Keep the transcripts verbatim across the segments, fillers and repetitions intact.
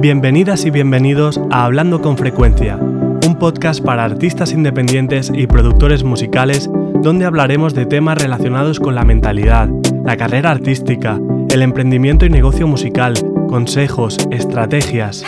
Bienvenidas y bienvenidos a Hablando con Frecuencia, un podcast para artistas independientes y productores musicales donde hablaremos de temas relacionados con la mentalidad, la carrera artística, el emprendimiento y negocio musical, consejos, estrategias.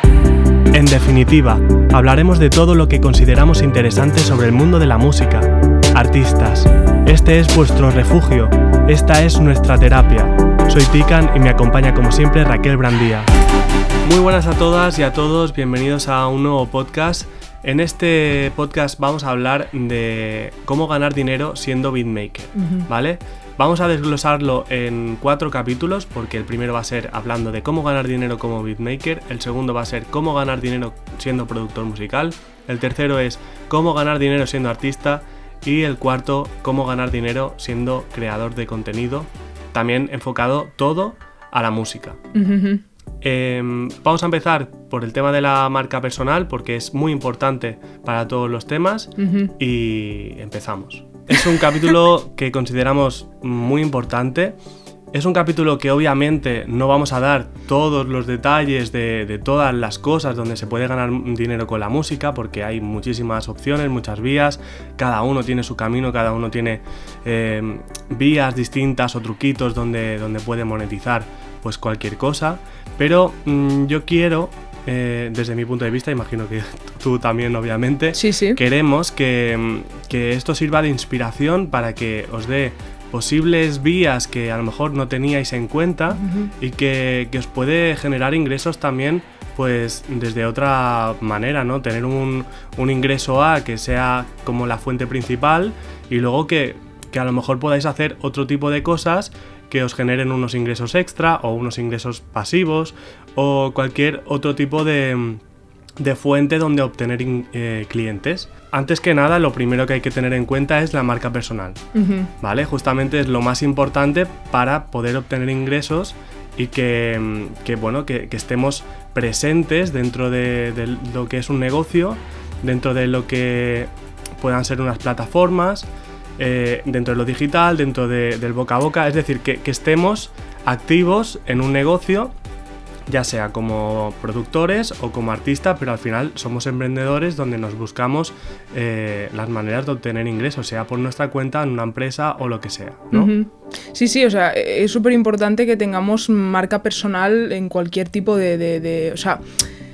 En definitiva, hablaremos de todo lo que consideramos interesante sobre el mundo de la música. Artistas, este es vuestro refugio, esta es nuestra terapia. Soy Tican y me acompaña como siempre Raquel Brandía. Muy buenas a todas y a todos, bienvenidos a un nuevo podcast. En este podcast vamos a hablar de cómo ganar dinero siendo beatmaker, uh-huh. ¿vale? Vamos a desglosarlo en cuatro capítulos, porque el primero va a ser hablando de cómo ganar dinero como beatmaker, el segundo va a ser cómo ganar dinero siendo productor musical, el tercero es cómo ganar dinero siendo artista y el cuarto, cómo ganar dinero siendo creador de contenido, también enfocado todo a la música. Uh-huh. Eh, vamos a empezar por el tema de la marca personal porque es muy importante para todos los temas uh-huh. y empezamos. Es un capítulo que consideramos muy importante. Es un capítulo que obviamente no vamos a dar todos los detalles de, de todas las cosas donde se puede ganar dinero con la música, porque hay muchísimas opciones, muchas vías, cada uno tiene su camino, cada uno tiene eh, vías distintas o truquitos donde, donde puede monetizar pues cualquier cosa, pero mmm, yo quiero, eh, desde mi punto de vista, imagino que tú también obviamente, sí, sí. queremos que, que esto sirva de inspiración para que os dé posibles vías que a lo mejor no teníais en cuenta uh-huh. y que, que os puede generar ingresos también pues desde otra manera, ¿no? Tener un, un ingreso A que sea como la fuente principal y luego que, que a lo mejor podáis hacer otro tipo de cosas que os generen unos ingresos extra o unos ingresos pasivos o cualquier otro tipo de, de fuente donde obtener eh, clientes. Antes que nada, lo primero que hay que tener en cuenta es la marca personal, uh-huh. ¿vale? Justamente es lo más importante para poder obtener ingresos y que, que bueno, que, que estemos presentes dentro de, de lo que es un negocio, dentro de lo que puedan ser unas plataformas, eh, dentro de lo digital, dentro de, del boca a boca, es decir, que, que estemos activos en un negocio, ya sea como productores o como artistas, pero al final somos emprendedores donde nos buscamos eh, las maneras de obtener ingresos, sea por nuestra cuenta, en una empresa o lo que sea, ¿no? Uh-huh. Sí, sí, o sea, es súper importante que tengamos marca personal en cualquier tipo de... de, de o sea,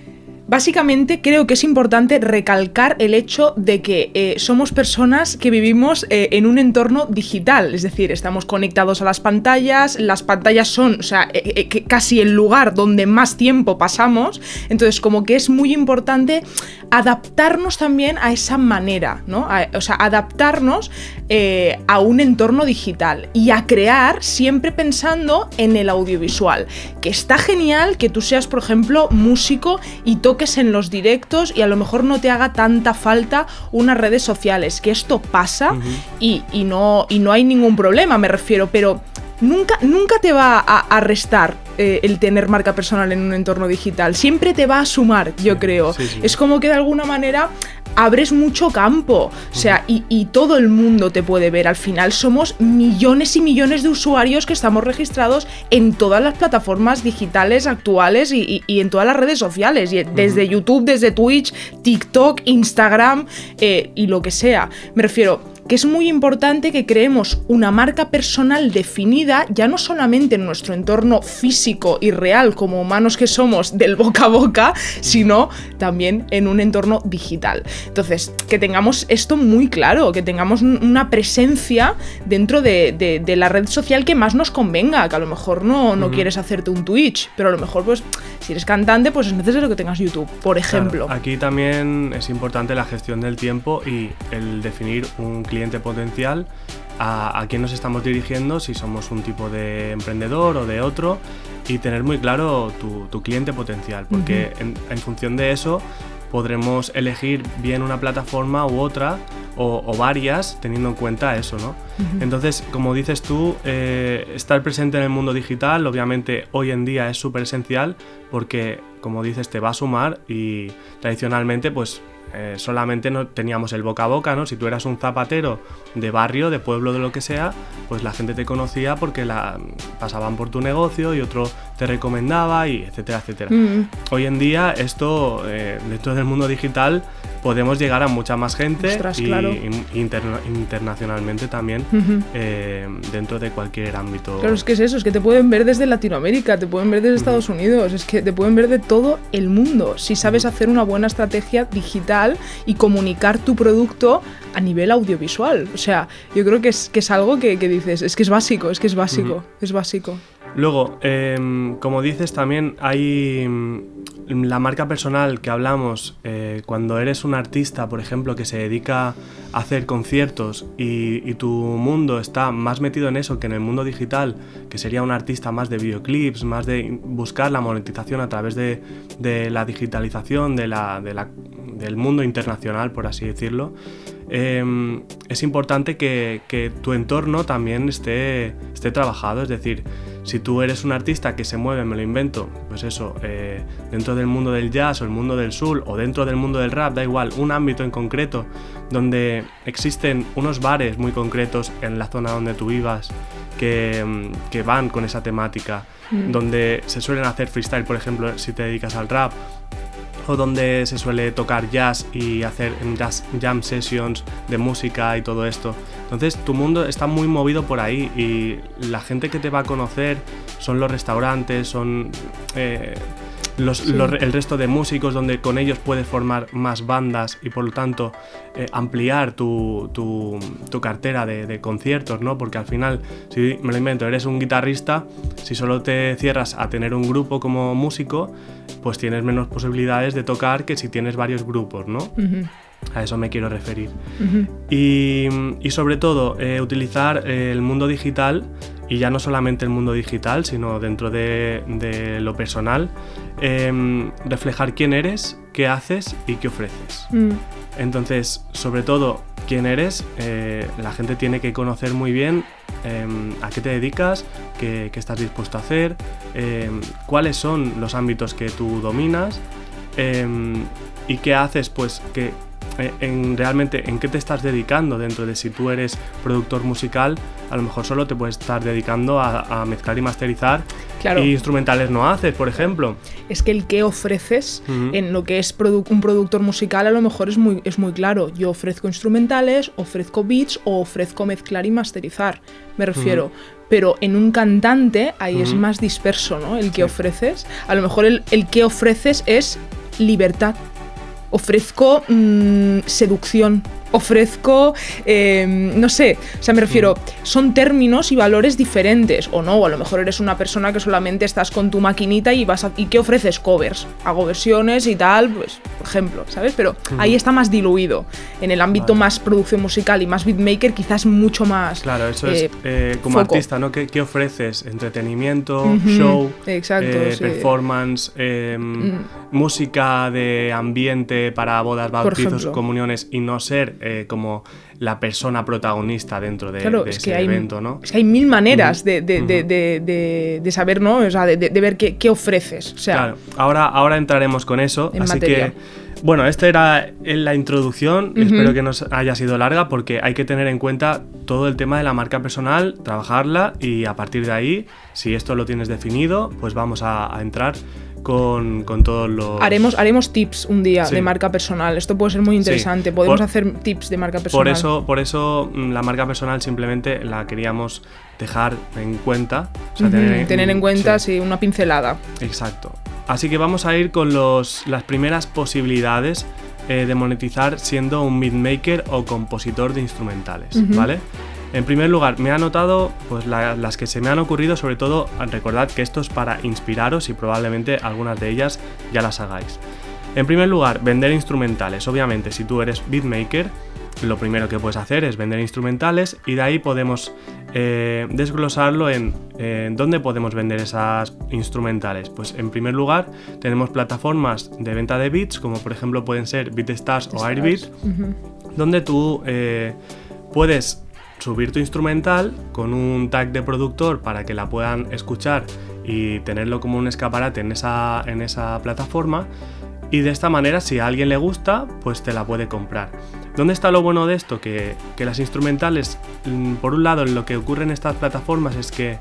básicamente creo que es importante recalcar el hecho de que eh, somos personas que vivimos eh, en un entorno digital, es decir, estamos conectados a las pantallas, las pantallas son, o sea, eh, eh, casi el lugar donde más tiempo pasamos, entonces como que es muy importante adaptarnos también a esa manera, ¿no? A, o sea, adaptarnos eh, a un entorno digital y a crear siempre pensando en el audiovisual, que está genial que tú seas, por ejemplo, músico y toques en los directos y a lo mejor no te haga tanta falta unas redes sociales, que esto pasa uh-huh. y, y, no, y no hay ningún problema, me refiero, pero nunca, nunca te va a, a restar eh, el tener marca personal en un entorno digital, siempre te va a sumar, yo sí, creo. Sí, sí. Es como que de alguna manera abres mucho campo, o sea, y, y todo el mundo te puede ver. Al final somos millones y millones de usuarios que estamos registrados en todas las plataformas digitales actuales y, y, y en todas las redes sociales, y desde YouTube, desde Twitch, TikTok, Instagram eh, y lo que sea. Me refiero que es muy importante que creemos una marca personal definida, ya no solamente en nuestro entorno físico y real como humanos que somos del boca a boca, sino también en un entorno digital. Entonces, que tengamos esto muy claro, que tengamos una presencia dentro de, de, de la red social que más nos convenga, que a lo mejor no, no uh-huh. quieres hacerte un Twitch, pero a lo mejor pues si eres cantante pues es necesario que tengas YouTube, por ejemplo. Claro, aquí también es importante la gestión del tiempo y el definir un cliente potencial, a, a quién nos estamos dirigiendo, si somos un tipo de emprendedor o de otro, y tener muy claro tu, tu cliente potencial, porque uh-huh. en, en función de eso podremos elegir bien una plataforma u otra o, o varias teniendo en cuenta eso, ¿no? Uh-huh. Entonces, como dices tú, eh, estar presente en el mundo digital obviamente hoy en día es súper esencial porque, como dices, te va a sumar y tradicionalmente pues eh, solamente no teníamos el boca a boca, ¿no? Si tú eras un zapatero de barrio, de pueblo, de lo que sea, pues la gente te conocía porque la, pasaban por tu negocio y otro te recomendaba, y etcétera, etcétera. Mm. Hoy en día esto, eh, dentro del mundo digital, podemos llegar a mucha más gente. Ostras, y, claro. y interna, internacionalmente también, uh-huh. eh, dentro de cualquier ámbito. Claro, es que es eso, es que te pueden ver desde Latinoamérica, te pueden ver desde uh-huh. Estados Unidos, es que te pueden ver de todo el mundo si sabes uh-huh. hacer una buena estrategia digital y comunicar tu producto a nivel audiovisual. O sea, yo creo que es, que es algo que, que dices, es que es básico, es que es básico, uh-huh. es básico. Luego, eh, como dices, también hay la marca personal que hablamos. Eh, cuando eres un artista, por ejemplo, que se dedica a hacer conciertos y, y tu mundo está más metido en eso que en el mundo digital, que sería un artista más de videoclips, más de buscar la monetización a través de, de la digitalización de la, de la, del mundo internacional, por así decirlo, eh, es importante que, que tu entorno también esté, esté trabajado. Es decir, si tú eres un artista que se mueve, me lo invento, pues eso, eh, dentro del mundo del jazz o el mundo del soul o dentro del mundo del rap, da igual, un ámbito en concreto donde existen unos bares muy concretos en la zona donde tú vivas que, que van con esa temática, mm. donde se suelen hacer freestyle, por ejemplo, si te dedicas al rap, o donde se suele tocar jazz y hacer jazz, jam sessions de música y todo esto. Entonces tu mundo está muy movido por ahí y la gente que te va a conocer son los restaurantes, son eh, los, sí. los, el resto de músicos, donde con ellos puedes formar más bandas y por lo tanto eh, ampliar tu, tu, tu cartera de, de conciertos, ¿no? Porque al final, si me lo invento, eres un guitarrista, si solo te cierras a tener un grupo como músico, pues tienes menos posibilidades de tocar que si tienes varios grupos, ¿no? Uh-huh. A eso me quiero referir. Uh-huh. Y, y sobre todo, eh, utilizar eh, el mundo digital, y ya no solamente el mundo digital, sino dentro de, de lo personal, eh, reflejar quién eres, qué haces y qué ofreces. Uh-huh. Entonces, sobre todo, quién eres, eh, la gente tiene que conocer muy bien eh, a qué te dedicas, qué, qué estás dispuesto a hacer, eh, cuáles son los ámbitos que tú dominas eh, y qué haces, pues que en realmente en qué te estás dedicando. Dentro de si tú eres productor musical, a lo mejor solo te puedes estar dedicando a, a mezclar y masterizar, claro. Y instrumentales no haces, por ejemplo. Es que el que ofreces uh-huh. en lo que es produ- un productor musical a lo mejor es muy, es muy claro. Yo ofrezco instrumentales, ofrezco beats o ofrezco mezclar y masterizar, me refiero. Uh-huh. Pero en un cantante ahí uh-huh. es más disperso, ¿no? El que sí. ofreces, a lo mejor el, el que ofreces es libertad. Ofrezco mmm, seducción, ofrezco, eh, no sé, o sea, me refiero, son términos y valores diferentes, o no, o a lo mejor eres una persona que solamente estás con tu maquinita y vas a, ¿y qué ofreces? Covers, hago versiones y tal, pues, por ejemplo, ¿sabes? Pero uh-huh. ahí está más diluido. En el ámbito vale. más producción musical y más beatmaker, quizás mucho más. Claro, eso eh, es eh, como foco. Artista, ¿no? ¿Qué, qué ofreces? Entretenimiento, uh-huh. show, exacto, eh, sí. performance, eh, mm. música de ambiente para bodas, bautizos, comuniones, y no ser Eh, como la persona protagonista dentro de, claro, de es ese que hay, evento, ¿no? Es que hay mil maneras uh-huh. de, de, uh-huh. de, de, de, de saber, ¿no? O sea, de, de ver qué, qué ofreces. O sea, claro, ahora, ahora entraremos con eso, así materia. que, bueno, esta era la introducción, uh-huh. espero que no haya sido larga, porque hay que tener en cuenta todo el tema de la marca personal, trabajarla, y a partir de ahí, si esto lo tienes definido, pues vamos a, a entrar Con, con todos los... Haremos, haremos tips un día sí. de marca personal. Esto puede ser muy interesante. Sí. Podemos por, hacer tips de marca personal. Por eso, por eso la marca personal simplemente la queríamos dejar en cuenta. O sea, uh-huh. tener, tener en cuenta, sí. sí, una pincelada. Exacto. Así que vamos a ir con los, las primeras posibilidades eh, de monetizar siendo un beatmaker o compositor de instrumentales, uh-huh. ¿vale? En primer lugar, me he anotado pues, la, las que se me han ocurrido, sobre todo, recordad que esto es para inspiraros y probablemente algunas de ellas ya las hagáis. En primer lugar, vender instrumentales. Obviamente, si tú eres beatmaker, lo primero que puedes hacer es vender instrumentales, y de ahí podemos eh, desglosarlo en eh, dónde podemos vender esas instrumentales. Pues en primer lugar, tenemos plataformas de venta de beats, como por ejemplo pueden ser BeatStars o Airbeat, uh-huh. donde tú eh, puedes subir tu instrumental con un tag de productor para que la puedan escuchar y tenerlo como un escaparate en esa, en esa plataforma, y de esta manera, si a alguien le gusta, pues te la puede comprar. ¿Dónde está lo bueno de esto? Que, que las instrumentales, por un lado, lo que ocurre en estas plataformas es que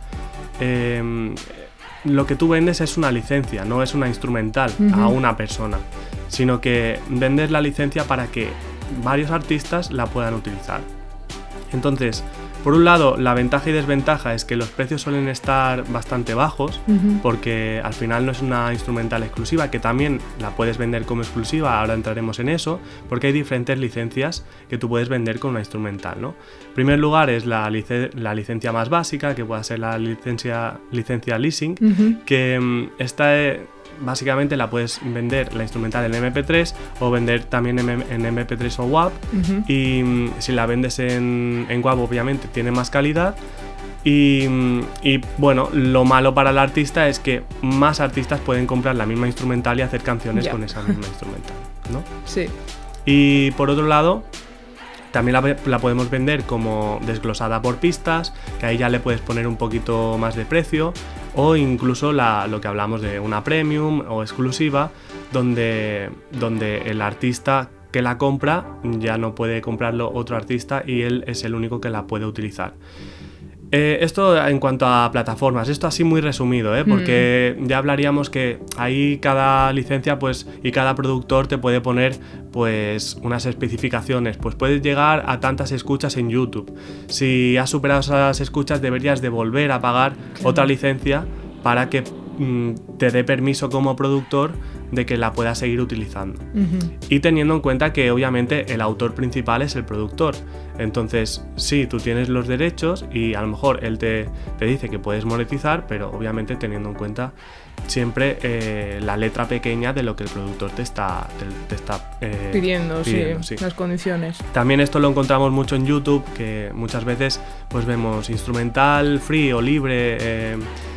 eh, lo que tú vendes es una licencia, no es una instrumental uh-huh. a una persona, sino que vendes la licencia para que varios artistas la puedan utilizar. Entonces, por un lado, la ventaja y desventaja es que los precios suelen estar bastante bajos, uh-huh. porque al final no es una instrumental exclusiva, que también la puedes vender como exclusiva, ahora entraremos en eso, porque hay diferentes licencias que tú puedes vender con una instrumental, ¿no? En primer lugar es la, lic- la licencia más básica, que puede ser la licencia, licencia leasing, uh-huh. que um, esta es... Básicamente la puedes vender la instrumental en eme pe tres o vender también en, en eme pe tres o WAV uh-huh. y mm, si la vendes en, en WAV obviamente tiene más calidad y, y bueno, lo malo para el artista es que más artistas pueden comprar la misma instrumental y hacer canciones yeah. con esa misma instrumental, ¿no? Sí. Y por otro lado también la, la podemos vender como desglosada por pistas, que ahí ya le puedes poner un poquito más de precio, o incluso la, lo que hablamos de una premium o exclusiva, donde, donde el artista que la compra ya no puede comprarlo otro artista y él es el único que la puede utilizar. Eh, esto en cuanto a plataformas, esto así muy resumido, ¿eh? Porque mm. ya hablaríamos que ahí cada licencia pues, y cada productor te puede poner pues, unas especificaciones, pues puedes llegar a tantas escuchas en YouTube. Si has superado esas escuchas deberías de volver a pagar claro. otra licencia para que mm, te dé permiso como productor de que la puedas seguir utilizando. Uh-huh. Y teniendo en cuenta que obviamente el autor principal es el productor. Entonces, sí, tú tienes los derechos y a lo mejor él te, te dice que puedes monetizar, pero obviamente teniendo en cuenta siempre eh, la letra pequeña de lo que el productor te está, te, te está eh, pidiendo, pidiendo sí, sí. las condiciones. También esto lo encontramos mucho en YouTube, que muchas veces pues vemos instrumental, free o libre, eh,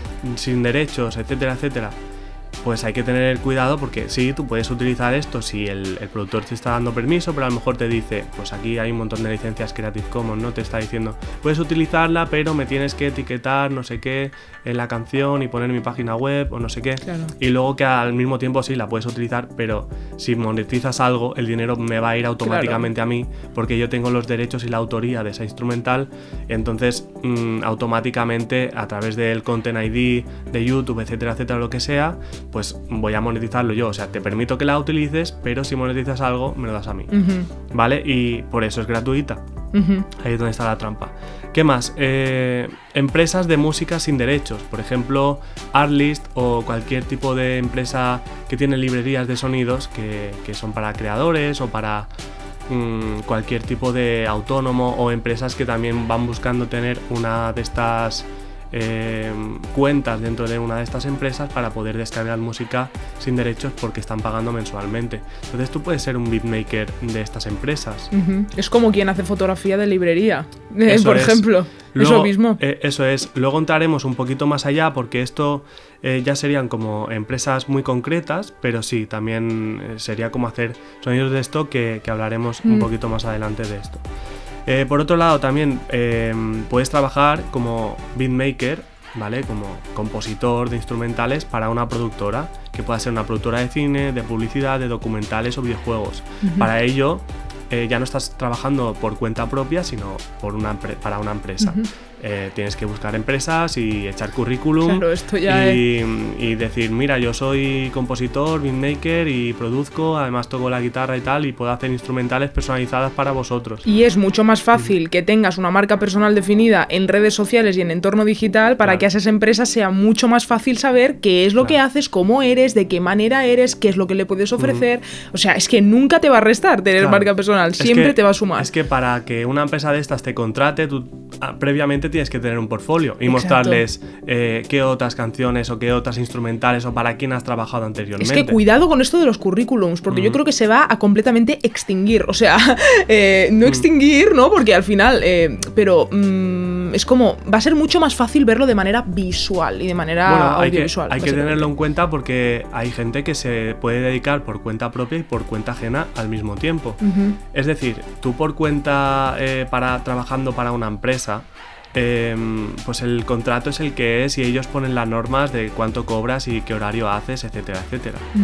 sin derechos, etcétera, etcétera. Pues hay que tener cuidado porque sí, tú puedes utilizar esto si el, el productor te está dando permiso, pero a lo mejor te dice, pues aquí hay un montón de licencias Creative Commons, ¿no? Te está diciendo, puedes utilizarla, pero me tienes que etiquetar no sé qué en la canción y poner mi página web o no sé qué. Claro. Y luego que al mismo tiempo sí, la puedes utilizar, pero si monetizas algo, el dinero me va a ir automáticamente claro. a mí, porque yo tengo los derechos y la autoría de esa instrumental, entonces mmm, automáticamente a través del Content I D, de YouTube, etcétera, etcétera, lo que sea, pues voy a monetizarlo yo, o sea, te permito que la utilices, pero si monetizas algo, me lo das a mí, uh-huh. ¿vale? Y por eso es gratuita, uh-huh. ahí es donde está la trampa. ¿Qué más? Eh, empresas de música sin derechos, por ejemplo, Artlist o cualquier tipo de empresa que tiene librerías de sonidos que, que son para creadores o para mmm, cualquier tipo de autónomo o empresas que también van buscando tener una de estas Eh, cuentas dentro de una de estas empresas para poder descargar música sin derechos porque están pagando mensualmente. Entonces tú puedes ser un beatmaker de estas empresas. Uh-huh. Es como quien hace fotografía de librería, eh, por es. ejemplo. Luego, eso mismo. Eh, eso es. Luego entraremos un poquito más allá porque esto eh, ya serían como empresas muy concretas, pero sí, también eh, sería como hacer sonidos de esto que, que hablaremos mm. un poquito más adelante de esto. Eh, por otro lado, también eh, puedes trabajar como beatmaker, ¿vale? Como compositor de instrumentales para una productora, que pueda ser una productora de cine, de publicidad, de documentales o videojuegos. Uh-huh. Para ello, eh, ya no estás trabajando por cuenta propia, sino por una para una empresa. Uh-huh. Eh, tienes que buscar empresas y echar currículum claro, esto ya y, es... y decir, mira, yo soy compositor, beatmaker y produzco, además toco la guitarra y tal y puedo hacer instrumentales personalizadas para vosotros. Y es mucho más fácil mm. que tengas una marca personal definida en redes sociales y en entorno digital para claro. que a esas empresas sea mucho más fácil saber qué es lo claro. que haces, cómo eres, de qué manera eres, qué es lo que le puedes ofrecer. Mm. O sea, es que nunca te va a restar tener claro. marca personal, siempre que, te va a sumar. Es que para que una empresa de estas te contrate, tú ah, previamente tienes que tener un portfolio y Exacto. mostrarles eh, qué otras canciones o qué otras instrumentales o para quién has trabajado anteriormente. Es que cuidado con esto de los currículums, porque mm. yo creo que se va a completamente extinguir. O sea, eh, no extinguir, ¿no? Porque al final, eh, pero mm, es como, va a ser mucho más fácil verlo de manera visual y de manera bueno, hay audiovisual. Que, hay que tenerlo en cuenta porque hay gente que se puede dedicar por cuenta propia y por cuenta ajena al mismo tiempo. Uh-huh. Es decir, tú por cuenta eh, para trabajando para una empresa, Eh, pues el contrato es el que es y ellos ponen las normas de cuánto cobras y qué horario haces, etcétera, etcétera. Uh-huh.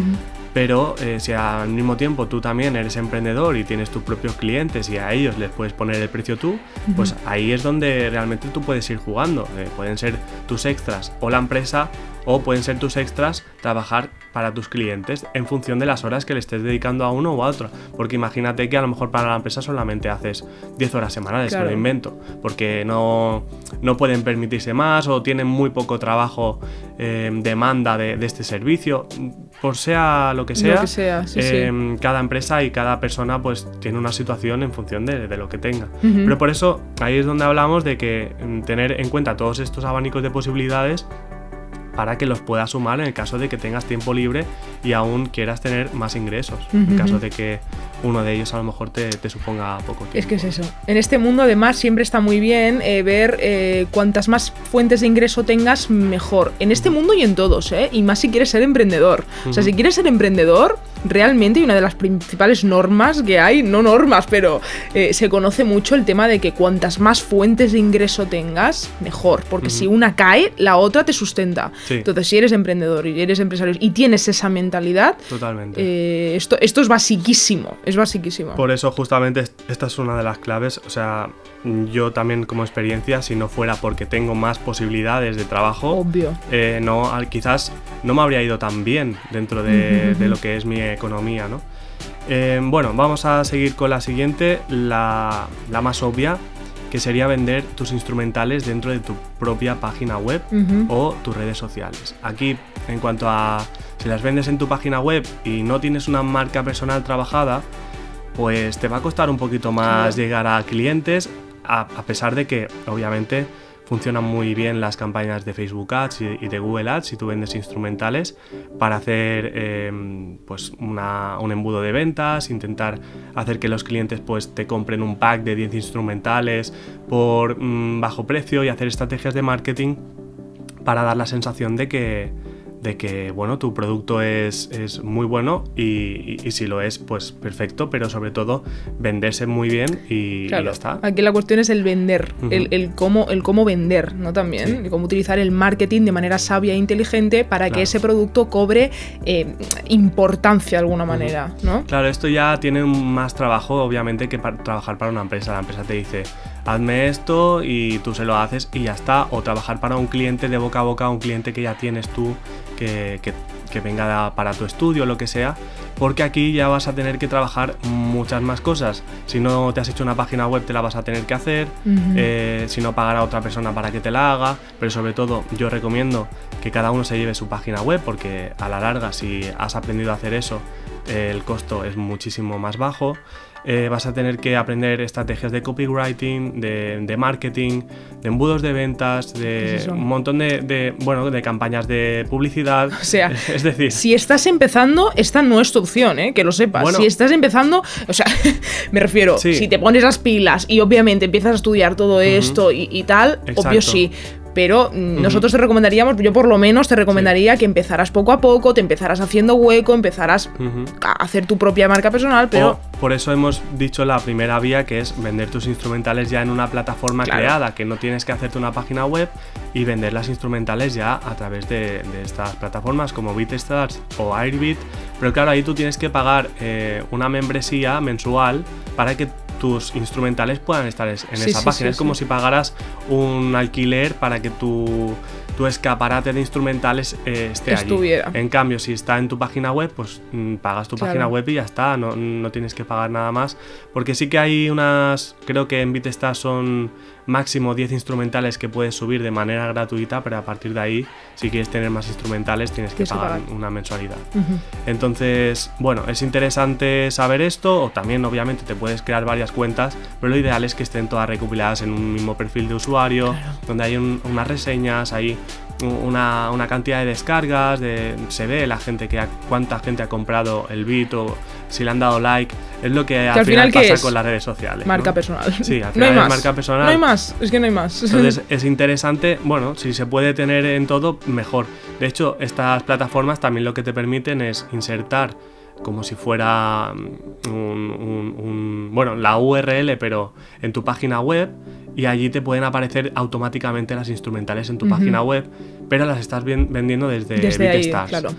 Pero eh, si al mismo tiempo tú también eres emprendedor y tienes tus propios clientes y a ellos les puedes poner el precio tú, uh-huh. pues ahí es donde realmente tú puedes ir jugando. Eh, pueden ser tus extras o la empresa, o pueden ser tus extras trabajar para tus clientes en función de las horas que le estés dedicando a uno o a otro. Porque imagínate que a lo mejor para la empresa solamente haces diez horas semanales, claro. me lo invento, porque no, no pueden permitirse más o tienen muy poco trabajo, eh, demanda de, de este servicio, por sea lo que sea, lo que sea sí, eh, sí. cada empresa y cada persona pues tiene una situación en función de, de lo que tenga. Uh-huh. Pero por eso ahí es donde hablamos de que tener en cuenta todos estos abanicos de posibilidades para que los puedas sumar en el caso de que tengas tiempo libre y aún quieras tener más ingresos, uh-huh. en caso de que uno de ellos a lo mejor te, te suponga poco tiempo. Es que es eso. En este mundo además siempre está muy bien eh, ver eh, cuantas más fuentes de ingreso tengas, mejor. En este uh-huh. mundo y en todos, ¿eh? Y más si quieres ser emprendedor. Uh-huh. O sea, si quieres ser emprendedor, realmente, y una de las principales normas que hay, no normas, pero eh, se conoce mucho el tema de que cuantas más fuentes de ingreso tengas, mejor. Porque uh-huh. si una cae, la otra te sustenta. Sí. Entonces, si eres emprendedor y eres empresario y tienes esa mentalidad, totalmente. Eh, esto, esto es basiquísimo, es basiquísimo. Por eso, justamente, esta es una de las claves. O sea, yo también como experiencia, si no fuera porque tengo más posibilidades de trabajo, obvio, eh, no, quizás no me habría ido tan bien dentro de, uh-huh. de lo que es mi economía, ¿no? Eh, bueno, vamos a seguir con la siguiente, la, la más obvia, que sería vender tus instrumentales dentro de tu propia página web uh-huh. o tus redes sociales. Aquí, en cuanto a si las vendes en tu página web y no tienes una marca personal trabajada, pues te va a costar un poquito más sí. llegar a clientes, a, a pesar de que, obviamente, funcionan muy bien las campañas de Facebook Ads y, y de Google Ads si tú vendes instrumentales para hacer eh, pues una, un embudo de ventas, intentar hacer que los clientes pues te compren un pack de diez instrumentales por mm, bajo precio y hacer estrategias de marketing para dar la sensación de que de que bueno, tu producto es, es muy bueno y, y, y si lo es, pues perfecto, pero sobre todo venderse muy bien y, claro, y ya está. Aquí la cuestión es el vender, uh-huh. el, el, cómo, el cómo vender, ¿no? También, sí. cómo utilizar el marketing de manera sabia e inteligente para claro. que ese producto cobre eh, importancia de alguna manera, uh-huh. ¿no? Claro, esto ya tiene más trabajo, obviamente, que para trabajar para una empresa. La empresa te dice, hazme esto y tú se lo haces y ya está, o trabajar para un cliente de boca a boca, un cliente que ya tienes tú, que, que, que venga para tu estudio, lo que sea, porque aquí ya vas a tener que trabajar muchas más cosas. Si no te has hecho una página web, te la vas a tener que hacer, uh-huh. eh, si no, pagar a otra persona para que te la haga, pero sobre todo yo recomiendo que cada uno se lleve su página web, porque a la larga, si has aprendido a hacer eso, eh, el costo es muchísimo más bajo. Eh, vas a tener que aprender estrategias de copywriting, de, de marketing, de embudos de ventas, de ¿Es un montón de, de, bueno, de campañas de publicidad. O sea, es decir, si estás empezando, esta no es tu opción, ¿eh? Que lo sepas. Bueno, si estás empezando, o sea, me refiero, sí. si te pones las pilas y obviamente empiezas a estudiar todo uh-huh. esto y, y tal, exacto. obvio sí. Pero uh-huh. nosotros te recomendaríamos, yo por lo menos te recomendaría sí. que empezaras poco a poco, te empezaras haciendo hueco, empezaras uh-huh. a hacer tu propia marca personal, pero... O, por eso hemos dicho la primera vía, que es vender tus instrumentales ya en una plataforma claro. creada, que no tienes que hacerte una página web y vender las instrumentales ya a través de, de estas plataformas como BeatStars o Airbit. Pero claro, ahí tú tienes que pagar eh, una membresía mensual para que tus instrumentales puedan estar en sí, esa sí, página. Sí, es como sí. si pagaras un alquiler para que tu, tu escaparate de instrumentales eh, esté Estuviera. allí. En cambio, si está en tu página web, pues mm, pagas tu claro. página web y ya está, no, no tienes que pagar nada más. Porque sí que hay unas, creo que en BeatStars son máximo diez instrumentales que puedes subir de manera gratuita, pero a partir de ahí, si quieres tener más instrumentales, tienes que pagar, que pagar una mensualidad. Uh-huh. Entonces, bueno, es interesante saber esto, o también obviamente te puedes crear varias cuentas, pero lo ideal es que estén todas recopiladas en un mismo perfil de usuario, claro. donde hay un, unas reseñas, hay una, una cantidad de descargas, de, se ve la gente que ha, cuánta gente ha comprado el beat o si le han dado like. Es lo que, que al, al final, final pasa es? con las redes sociales. Marca ¿no? personal. Sí, al final no hay es más. marca personal. No hay más, es que no hay más. Entonces es interesante, bueno, si se puede tener en todo, mejor. De hecho, estas plataformas también lo que te permiten es insertar como si fuera un, un, un, bueno, la U R L, pero en tu página web, y allí te pueden aparecer automáticamente las instrumentales en tu uh-huh. página web, pero las estás bien, vendiendo desde, desde BeatStars. Ahí, claro.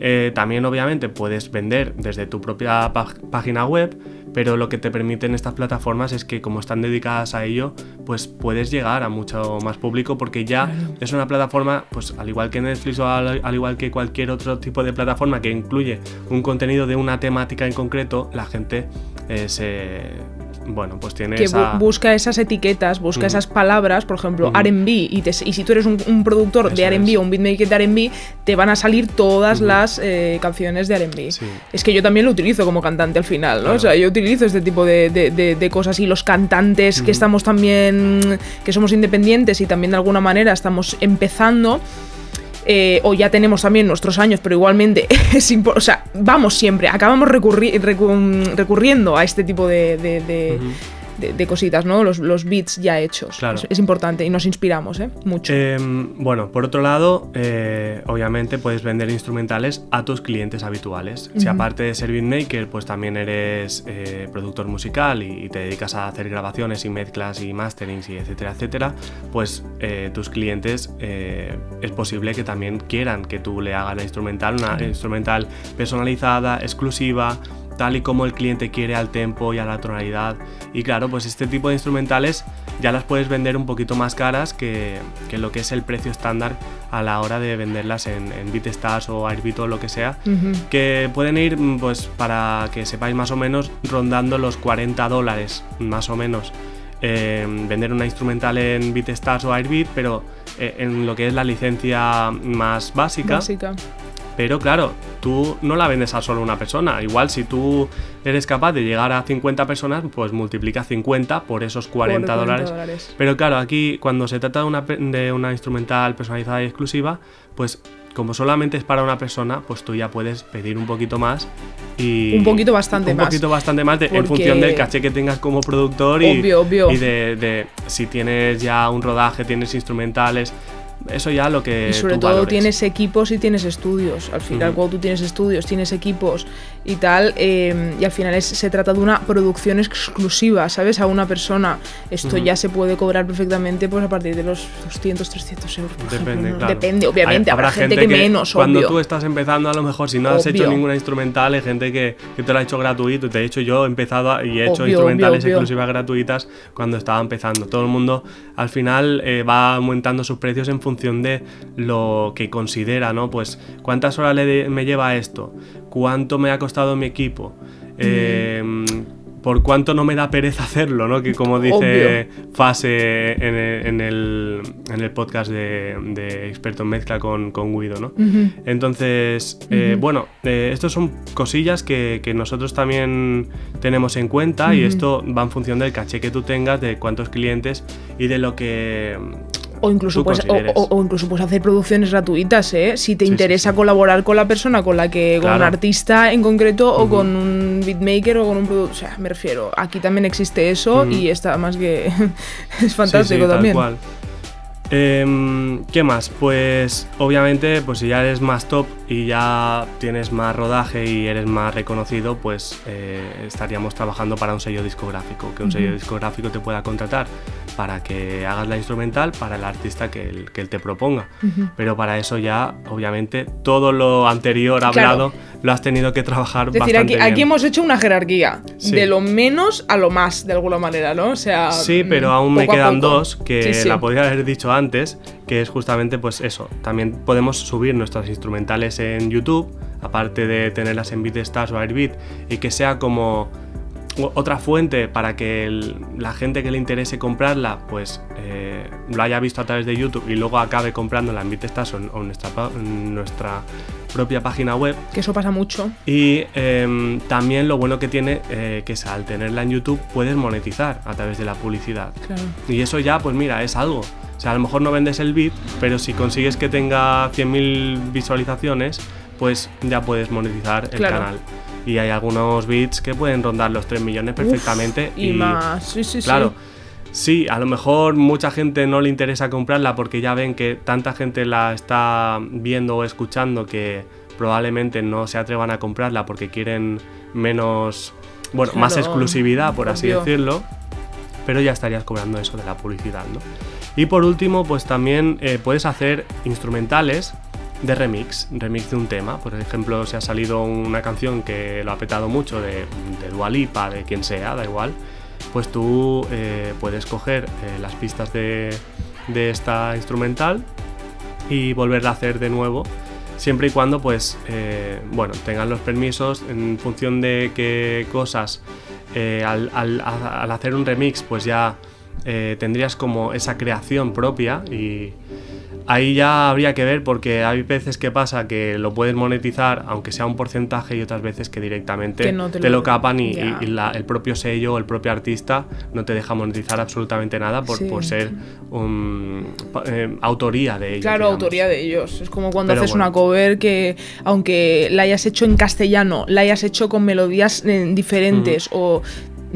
Eh, también obviamente puedes vender desde tu propia pag- página web, pero lo que te permiten estas plataformas es que como están dedicadas a ello, pues puedes llegar a mucho más público, porque ya claro. es una plataforma, pues al igual que Netflix o al, al igual que cualquier otro tipo de plataforma que incluye un contenido de una temática en concreto, la gente eh, se... Bueno, pues tiene que esa... bu- busca esas etiquetas, busca uh-huh. esas palabras, por ejemplo, uh-huh. R and B, y, te, y si tú eres un, un productor Eso de R and B es. o un beatmaker de R and B, te van a salir todas uh-huh. las eh, canciones de R and B. Sí. Es que yo también lo utilizo como cantante al final, ¿no? Claro. O sea, yo utilizo este tipo de, de, de, de cosas, y los cantantes uh-huh. que estamos también, que somos independientes y también de alguna manera estamos empezando... Eh, o ya tenemos también nuestros años, pero igualmente es impo- o sea, vamos siempre, acabamos recurri- recu- recurriendo a este tipo de, de, de, uh-huh. de, de cositas, ¿no? Los, los beats ya hechos. Claro. Es, es importante y nos inspiramos, ¿eh? Mucho. Eh, bueno, por otro lado, eh, obviamente puedes vender instrumentales a tus clientes habituales. Uh-huh. Si aparte de ser beatmaker, pues también eres eh, productor musical y, y te dedicas a hacer grabaciones y mezclas y masterings y etcétera, etcétera, pues eh, tus clientes eh, es posible que también quieran que tú le hagas la instrumental, una uh-huh. instrumental personalizada, exclusiva, tal y como el cliente quiere, al tempo y a la tonalidad. Y claro, pues este tipo de instrumentales ya las puedes vender un poquito más caras que, que lo que es el precio estándar a la hora de venderlas en, en BeatStars o Airbeat o lo que sea, uh-huh. que pueden ir, pues para que sepáis más o menos, rondando los cuarenta dólares más o menos. Eh, vender una instrumental en BeatStars o Airbeat, pero eh, en lo que es la licencia más básica. Básica. Pero claro, tú no la vendes a solo una persona. Igual si tú eres capaz de llegar a cincuenta personas, pues multiplica cincuenta por esos cuarenta dólares. Pero claro, aquí cuando se trata de una, de una instrumental personalizada y exclusiva, pues como solamente es para una persona, pues tú ya puedes pedir un poquito más. Y un poquito bastante un más. Un poquito bastante más de, en función del caché que tengas como productor y, obvio, obvio. y de, de si tienes ya un rodaje, tienes instrumentales. Eso ya lo que y sobre tú todo valores. Tienes equipos y tienes estudios. Al final, uh-huh. cuando tú tienes estudios, tienes equipos y tal, eh, y al final es, se trata de una producción exclusiva, ¿sabes? A una persona. Esto uh-huh. ya se puede cobrar perfectamente pues a partir de los doscientos, trescientos euros, por Depende, ejemplo, ¿no? claro. Depende, obviamente. Hay, habrá gente, gente que, que menos, cuando obvio. tú estás empezando, a lo mejor, si no has obvio. hecho ninguna instrumental, hay gente que, que te lo ha hecho gratuito. De hecho, yo he empezado a, y he hecho obvio, instrumentales obvio, exclusivas obvio. gratuitas cuando estaba empezando. Todo el mundo, al final, eh, va aumentando sus precios en función de lo que considera, ¿no? Pues cuántas horas le de, me lleva esto, cuánto me ha costado mi equipo, mm. eh, por cuánto no me da pereza hacerlo, ¿no? Que como dice obvio. Fase en el, en el, en el podcast de, de Experto en Mezcla con, con Guido, ¿no? Uh-huh. Entonces, eh, uh-huh. bueno, eh, estas son cosillas que, que nosotros también tenemos en cuenta uh-huh. y esto va en función del caché que tú tengas, de cuántos clientes y de lo que... O incluso, puedes, o, o, o incluso puedes hacer producciones gratuitas, ¿eh? Si te sí, interesa sí, sí. colaborar con la persona con la que, con claro. un artista en concreto uh-huh. o con un beatmaker o con un productor. O sea, me refiero, aquí también existe eso uh-huh. y está más que es fantástico sí, sí, también. Tal cual. Eh, ¿Qué más? Pues obviamente, pues si ya eres más top y ya tienes más rodaje y eres más reconocido, pues eh, estaríamos trabajando para un sello discográfico, que un uh-huh. sello discográfico te pueda contratar para que hagas la instrumental para el artista que él, que él te proponga. Uh-huh. Pero para eso ya, obviamente, todo lo anterior hablado claro. lo has tenido que trabajar es decir, bastante aquí, bien. aquí hemos hecho una jerarquía, sí. de lo menos a lo más, de alguna manera, ¿no? O sea, sí, pero aún me quedan dos que sí, sí. la podría haber dicho antes, que es justamente pues eso. También podemos subir nuestras instrumentales en YouTube, aparte de tenerlas en BeatStars o Airbeat, y que sea como otra fuente para que el, la gente que le interese comprarla, pues eh, lo haya visto a través de YouTube y luego acabe comprándola en BeatStars o en, o en, nuestra, en nuestra propia página web. Que eso pasa mucho. Y eh, también lo bueno que tiene, eh, que es al tenerla en YouTube puedes monetizar a través de la publicidad. Claro. Y eso ya, pues mira, es algo. O sea, a lo mejor no vendes el beat, pero si consigues que tenga cien mil visualizaciones, pues ya puedes monetizar el claro. canal. Y hay algunos beats que pueden rondar los tres millones perfectamente. Uf, y, y más, sí, sí, claro, sí. Sí, a lo mejor mucha gente no le interesa comprarla porque ya ven que tanta gente la está viendo o escuchando que probablemente no se atrevan a comprarla porque quieren menos, bueno, claro, más exclusividad, por así obvio. decirlo. Pero ya estarías cobrando eso de la publicidad, ¿no? Y por último, pues también eh, puedes hacer instrumentales de remix, remix de un tema. Por ejemplo, si ha salido una canción que lo ha petado mucho de, de Dua Lipa, de quien sea, da igual, pues tú eh, puedes coger eh, las pistas de, de esta instrumental y volverla a hacer de nuevo, siempre y cuando pues eh, bueno, tengan los permisos en función de qué cosas eh, al, al, al hacer un remix pues ya eh, tendrías como esa creación propia, y ahí ya habría que ver, porque hay veces que pasa que lo puedes monetizar aunque sea un porcentaje, y otras veces que directamente que no te, te lo, lo capan y, y, y la, el propio sello o el propio artista no te deja monetizar absolutamente nada por, sí. por ser un, eh, autoría de ellos. Claro, digamos. Autoría de ellos. Es como cuando Pero haces bueno. una cover que, aunque la hayas hecho en castellano, la hayas hecho con melodías eh, diferentes mm. o...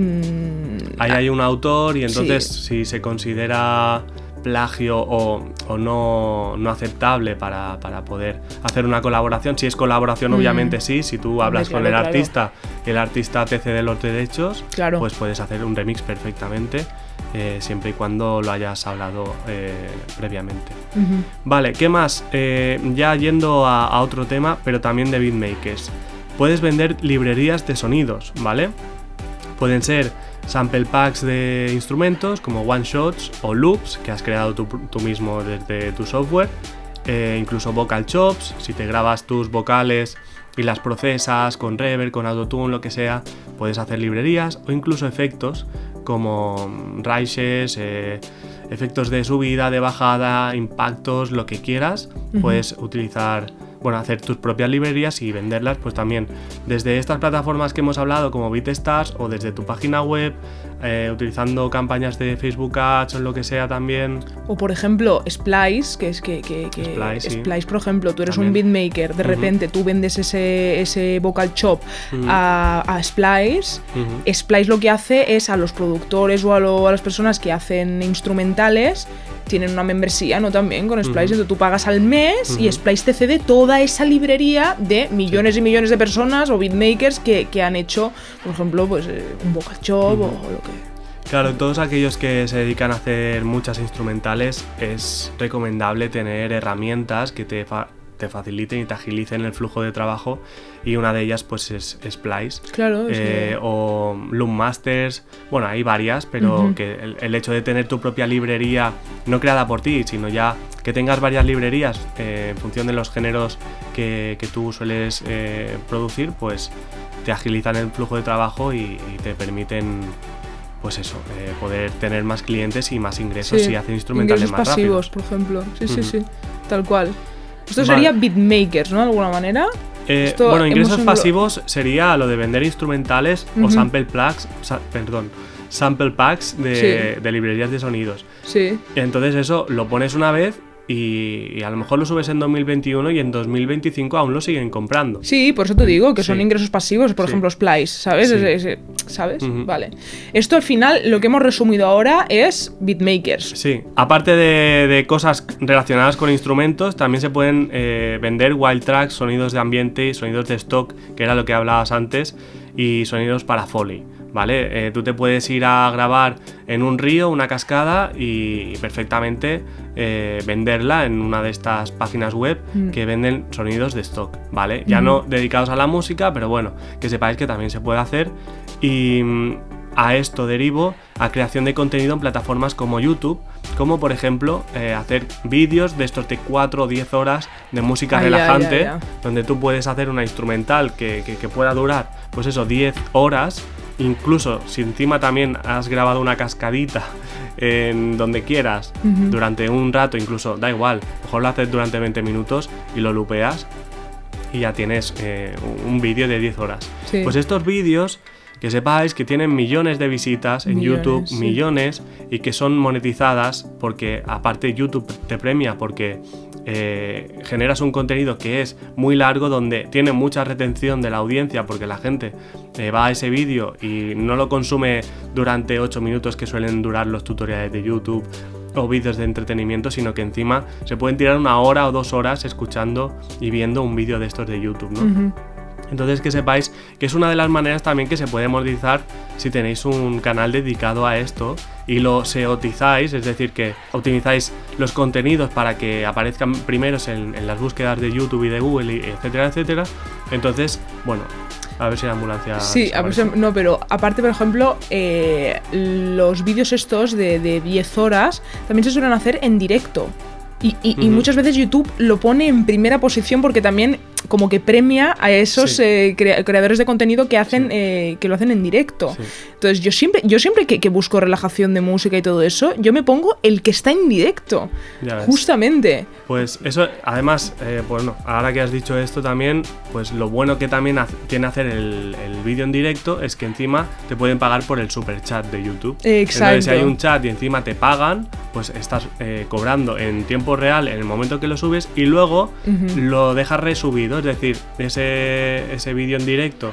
Mm, ahí hay un autor y entonces sí. si se considera plagio o, o no, no aceptable para, para poder hacer una colaboración. Si es colaboración, mm. obviamente sí. Si tú hablas claro, con el claro. artista y el artista te cede los derechos, claro. pues puedes hacer un remix perfectamente, eh, siempre y cuando lo hayas hablado eh, previamente. Uh-huh. Vale, ¿qué más? Eh, ya yendo a, a otro tema, pero también de beatmakers. Puedes vender librerías de sonidos, ¿vale? Pueden ser sample packs de instrumentos como one shots o loops que has creado tú, tú mismo desde tu software, eh, incluso vocal chops, si te grabas tus vocales y las procesas con reverb, con autotune, lo que sea, puedes hacer librerías, o incluso efectos como rises, eh, efectos de subida, de bajada, impactos, lo que quieras. Uh-huh. Puedes utilizar, bueno, hacer tus propias librerías y venderlas, pues también desde estas plataformas que hemos hablado como BeatStars, o desde tu página web, eh, utilizando campañas de Facebook Ads o lo que sea también. O por ejemplo Splice, que es que, que, que Splice, sí. Splice, por ejemplo, tú eres también un beatmaker, de repente uh-huh. tú vendes ese, ese vocal chop uh-huh. a, a Splice. Uh-huh. Splice lo que hace es a los productores o a, lo, a las personas que hacen instrumentales, tienen una membresía, ¿no? También con Splice, uh-huh. entonces tú pagas al mes uh-huh. y Splice te cede toda esa librería de millones sí. y millones de personas o beatmakers que, que han hecho, por ejemplo, pues eh, un vocal chop uh-huh. o lo que... Claro, todos aquellos que se dedican a hacer muchas instrumentales es recomendable tener herramientas que te, fa- te faciliten y te agilicen el flujo de trabajo, y una de ellas pues es Splice. Claro, eh, sí. O Loom Masters, bueno, hay varias, pero uh-huh. que el, el hecho de tener tu propia librería, no creada por ti, sino ya que tengas varias librerías eh, en función de los géneros que, que tú sueles eh, producir, pues te agilizan el flujo de trabajo y, y te permiten, pues eso, eh, poder tener más clientes y más ingresos sí. y hacer instrumentales ingresos más pasivos, rápidos. Por ejemplo. Sí, uh-huh. sí, sí, tal cual. Esto vale. sería beatmakers, ¿no? De alguna manera. Eh, bueno, ingresos pasivos sería lo de vender instrumentales uh-huh. o sample packs, sa- perdón, sample packs de, sí. de librerías de sonidos. Sí. Entonces eso lo pones una vez y, y a lo mejor lo subes en dos mil veintiuno y en dos mil veinticinco aún lo siguen comprando. Sí, por eso te digo que son sí. ingresos pasivos, por sí. ejemplo Splice, ¿sabes? Sí. Ese, ese, ¿sabes? Uh-huh. Vale. Esto al final, lo que hemos resumido ahora es beatmakers. Sí, aparte de, de cosas relacionadas con instrumentos, también se pueden eh, vender wild tracks, sonidos de ambiente, sonidos de stock, que era lo que hablabas antes, y sonidos para Foley. ¿Vale? Eh, tú te puedes ir a grabar en un río, una cascada, y, y perfectamente eh, venderla en una de estas páginas web mm. que venden sonidos de stock, ¿vale? Ya mm. no dedicados a la música, pero bueno, que sepáis que también se puede hacer. Y mm, a esto derivo a creación de contenido en plataformas como YouTube, como por ejemplo eh, hacer vídeos de estos de cuatro o diez horas de música ah, relajante, ya, ya, ya. donde tú puedes hacer una instrumental que, que, que pueda durar, pues eso, diez horas. Incluso si encima también has grabado una cascadita en donde quieras uh-huh. durante un rato, incluso da igual, mejor lo haces durante veinte minutos y lo lupeas y ya tienes eh, un vídeo de diez horas. Sí. Pues estos vídeos, que sepáis que tienen millones de visitas en millones, YouTube, sí. millones, y que son monetizadas porque aparte YouTube te premia porque eh, generas un contenido que es muy largo, donde tiene mucha retención de la audiencia, porque la gente eh, va a ese vídeo y no lo consume durante ocho minutos que suelen durar los tutoriales de YouTube o vídeos de entretenimiento, sino que encima se pueden tirar una hora o dos horas escuchando y viendo un vídeo de estos de YouTube, ¿no? Uh-huh. Entonces que sepáis que es una de las maneras también que se puede monetizar si tenéis un canal dedicado a esto y lo seotizáis, es decir, que optimizáis los contenidos para que aparezcan primeros en, en las búsquedas de YouTube y de Google, y etcétera, etcétera. Entonces, bueno, a ver si la ambulancia... Sí, a ver si, no, pero aparte, por ejemplo, eh, los vídeos estos de, de diez horas también se suelen hacer en directo. Y, y, uh-huh. y muchas veces YouTube lo pone en primera posición porque también como que premia a esos sí. eh, crea- creadores de contenido que hacen sí. eh, que lo hacen en directo. Sí. Entonces yo siempre yo siempre que, que busco relajación de música y todo eso, yo me pongo el que está en directo. Justamente. Pues eso, además, eh, bueno, ahora que has dicho esto también, pues lo bueno que también hace, tiene hacer el, el vídeo en directo es que encima te pueden pagar por el super chat de YouTube. Exacto. Entonces si hay un chat y encima te pagan, pues estás eh, cobrando en tiempo real en el momento que lo subes y luego uh-huh. lo dejas resubido, es decir, ese, ese vídeo en directo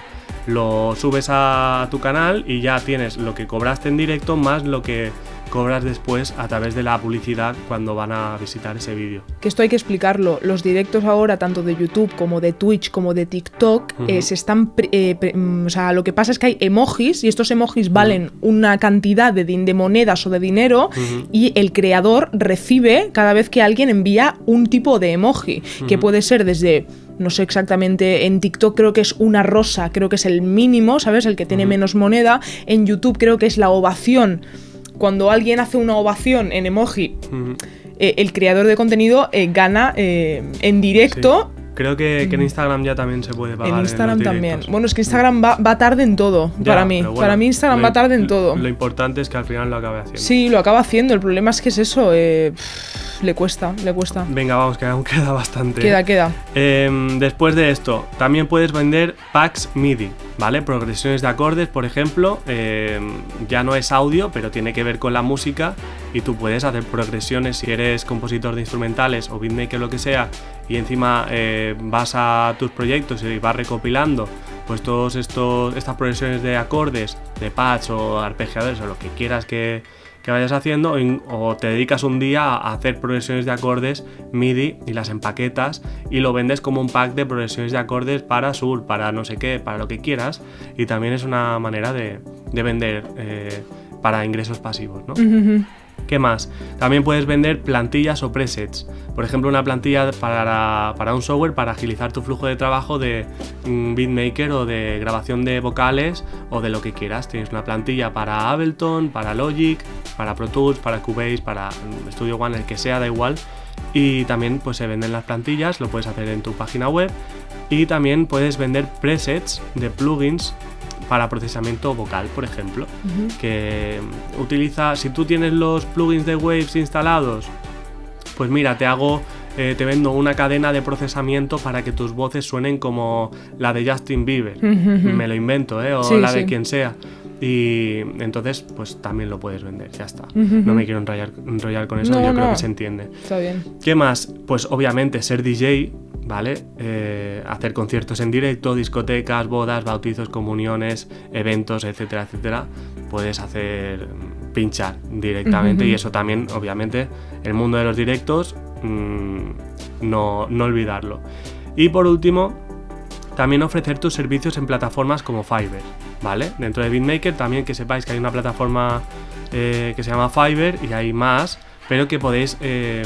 lo subes a tu canal y ya tienes lo que cobraste en directo más lo que cobras después a través de la publicidad cuando van a visitar ese vídeo. Que esto hay que explicarlo. Los directos ahora, tanto de YouTube como de Twitch como de TikTok, uh-huh. eh, se están... Eh, pre- o sea, lo que pasa es que hay emojis y estos emojis uh-huh. valen una cantidad de, de monedas o de dinero uh-huh. y el creador recibe cada vez que alguien envía un tipo de emoji, uh-huh. que puede ser desde... No sé exactamente, en TikTok creo que es una rosa, creo que es el mínimo, ¿sabes? El que tiene uh-huh. menos moneda. En YouTube creo que es la ovación. Cuando alguien hace una ovación en emoji, uh-huh. eh, el creador de contenido eh, gana eh, en directo. Sí. Creo que, que en Instagram ya también se puede pagar. En Instagram en también. Bueno, es que Instagram va, va tarde en todo, ya, para mí. Bueno, para mí Instagram lo, va tarde en todo. Lo importante es que al final lo acabe haciendo. Sí, lo acaba haciendo. El problema es que es eso. Eh, pff, le cuesta, le cuesta. Venga, vamos, que aún queda bastante. Queda, queda. Eh, después de esto, también puedes vender packs MIDI, ¿vale? Progresiones de acordes, por ejemplo. Eh, ya no es audio, pero tiene que ver con la música. Y tú puedes hacer progresiones si eres compositor de instrumentales o beatmaker, lo que sea, y encima eh, vas a tus proyectos y vas recopilando pues todos estos estas progresiones de acordes, de pads o arpegiadores o lo que quieras que, que vayas haciendo, o, o te dedicas un día a hacer progresiones de acordes MIDI y las empaquetas y lo vendes como un pack de progresiones de acordes para Soul, para no sé qué, para lo que quieras, y también es una manera de, de vender eh, para ingresos pasivos, ¿no? Uh-huh. ¿Qué más? También puedes vender plantillas o presets. Por ejemplo, una plantilla para, para un software para agilizar tu flujo de trabajo de um, beatmaker o de grabación de vocales o de lo que quieras. Tienes una plantilla para Ableton, para Logic, para Pro Tools, para Cubase, para Studio One, el que sea, da igual. Y también pues se venden las plantillas, lo puedes hacer en tu página web. Y también puedes vender presets de plugins para procesamiento vocal, por ejemplo, uh-huh. que utiliza, si tú tienes los plugins de Waves instalados, pues mira, te hago, eh, te vendo una cadena de procesamiento para que tus voces suenen como la de Justin Bieber, uh-huh. me lo invento, ¿eh? O sí, la sí. de quien sea. Y entonces, pues también lo puedes vender, ya está. Uh-huh. No me quiero enrollar, enrollar con eso, no, yo no. creo que se entiende. Está bien. ¿Qué más? Pues obviamente ser D J, ¿vale? Eh, hacer conciertos en directo, discotecas, bodas, bautizos, comuniones, eventos, etcétera, etcétera. Puedes hacer pinchar directamente uh-huh. y eso también, obviamente, el mundo de los directos, mmm, no, no olvidarlo. Y por último, también ofrecer tus servicios en plataformas como Fiverr, ¿vale? Dentro de BeatMaker también que sepáis que hay una plataforma eh, que se llama Fiverr y hay más, pero que podéis eh,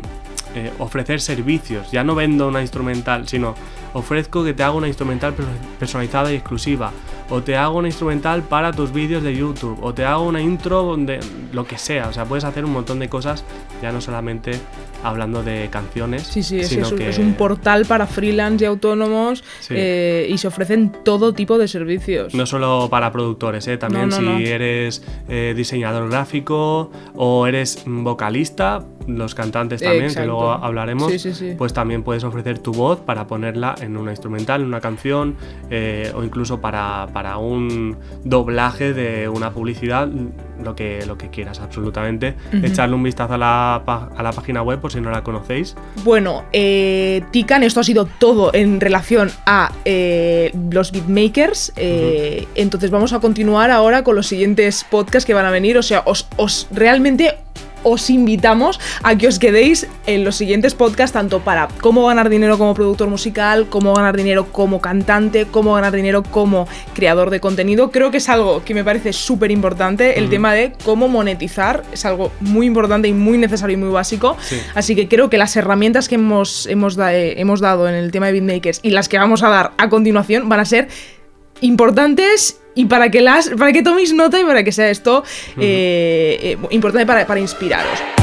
eh, ofrecer servicios. Ya no vendo una instrumental, sino ofrezco que te hago una instrumental personalizada y exclusiva, o te hago una instrumental para tus vídeos de YouTube, o te hago una intro de lo que sea. O sea, puedes hacer un montón de cosas, ya no solamente hablando de canciones. Sí, sí, sino es, un, que... es un portal para freelance y autónomos, sí. eh, y se ofrecen todo tipo de servicios. No solo para productores, ¿eh? También no, no, si no. eres eh, diseñador gráfico o eres vocalista, los cantantes también, Exacto. que luego hablaremos, sí, sí, sí. pues también puedes ofrecer tu voz para ponerla en una instrumental, en una canción, eh, o incluso para, para un doblaje de una publicidad, lo que, lo que quieras, absolutamente. Uh-huh. Echarle un vistazo a la, a la página web por si no la conocéis. Bueno, eh, Tican, esto ha sido todo en relación a eh, los beatmakers. Eh, uh-huh. Entonces vamos a continuar ahora con los siguientes podcasts que van a venir. O sea, os, os realmente os invitamos a que os quedéis en los siguientes podcasts, tanto para cómo ganar dinero como productor musical, cómo ganar dinero como cantante, cómo ganar dinero como creador de contenido. Creo que es algo que me parece súper importante, el mm. tema de cómo monetizar, es algo muy importante y muy necesario y muy básico. Sí. Así que creo que las herramientas que hemos, hemos, da, eh, hemos dado en el tema de beatmakers y las que vamos a dar a continuación van a ser importantes y para que las para que toméis nota y para que sea esto uh-huh. eh, eh, importante para, para inspiraros.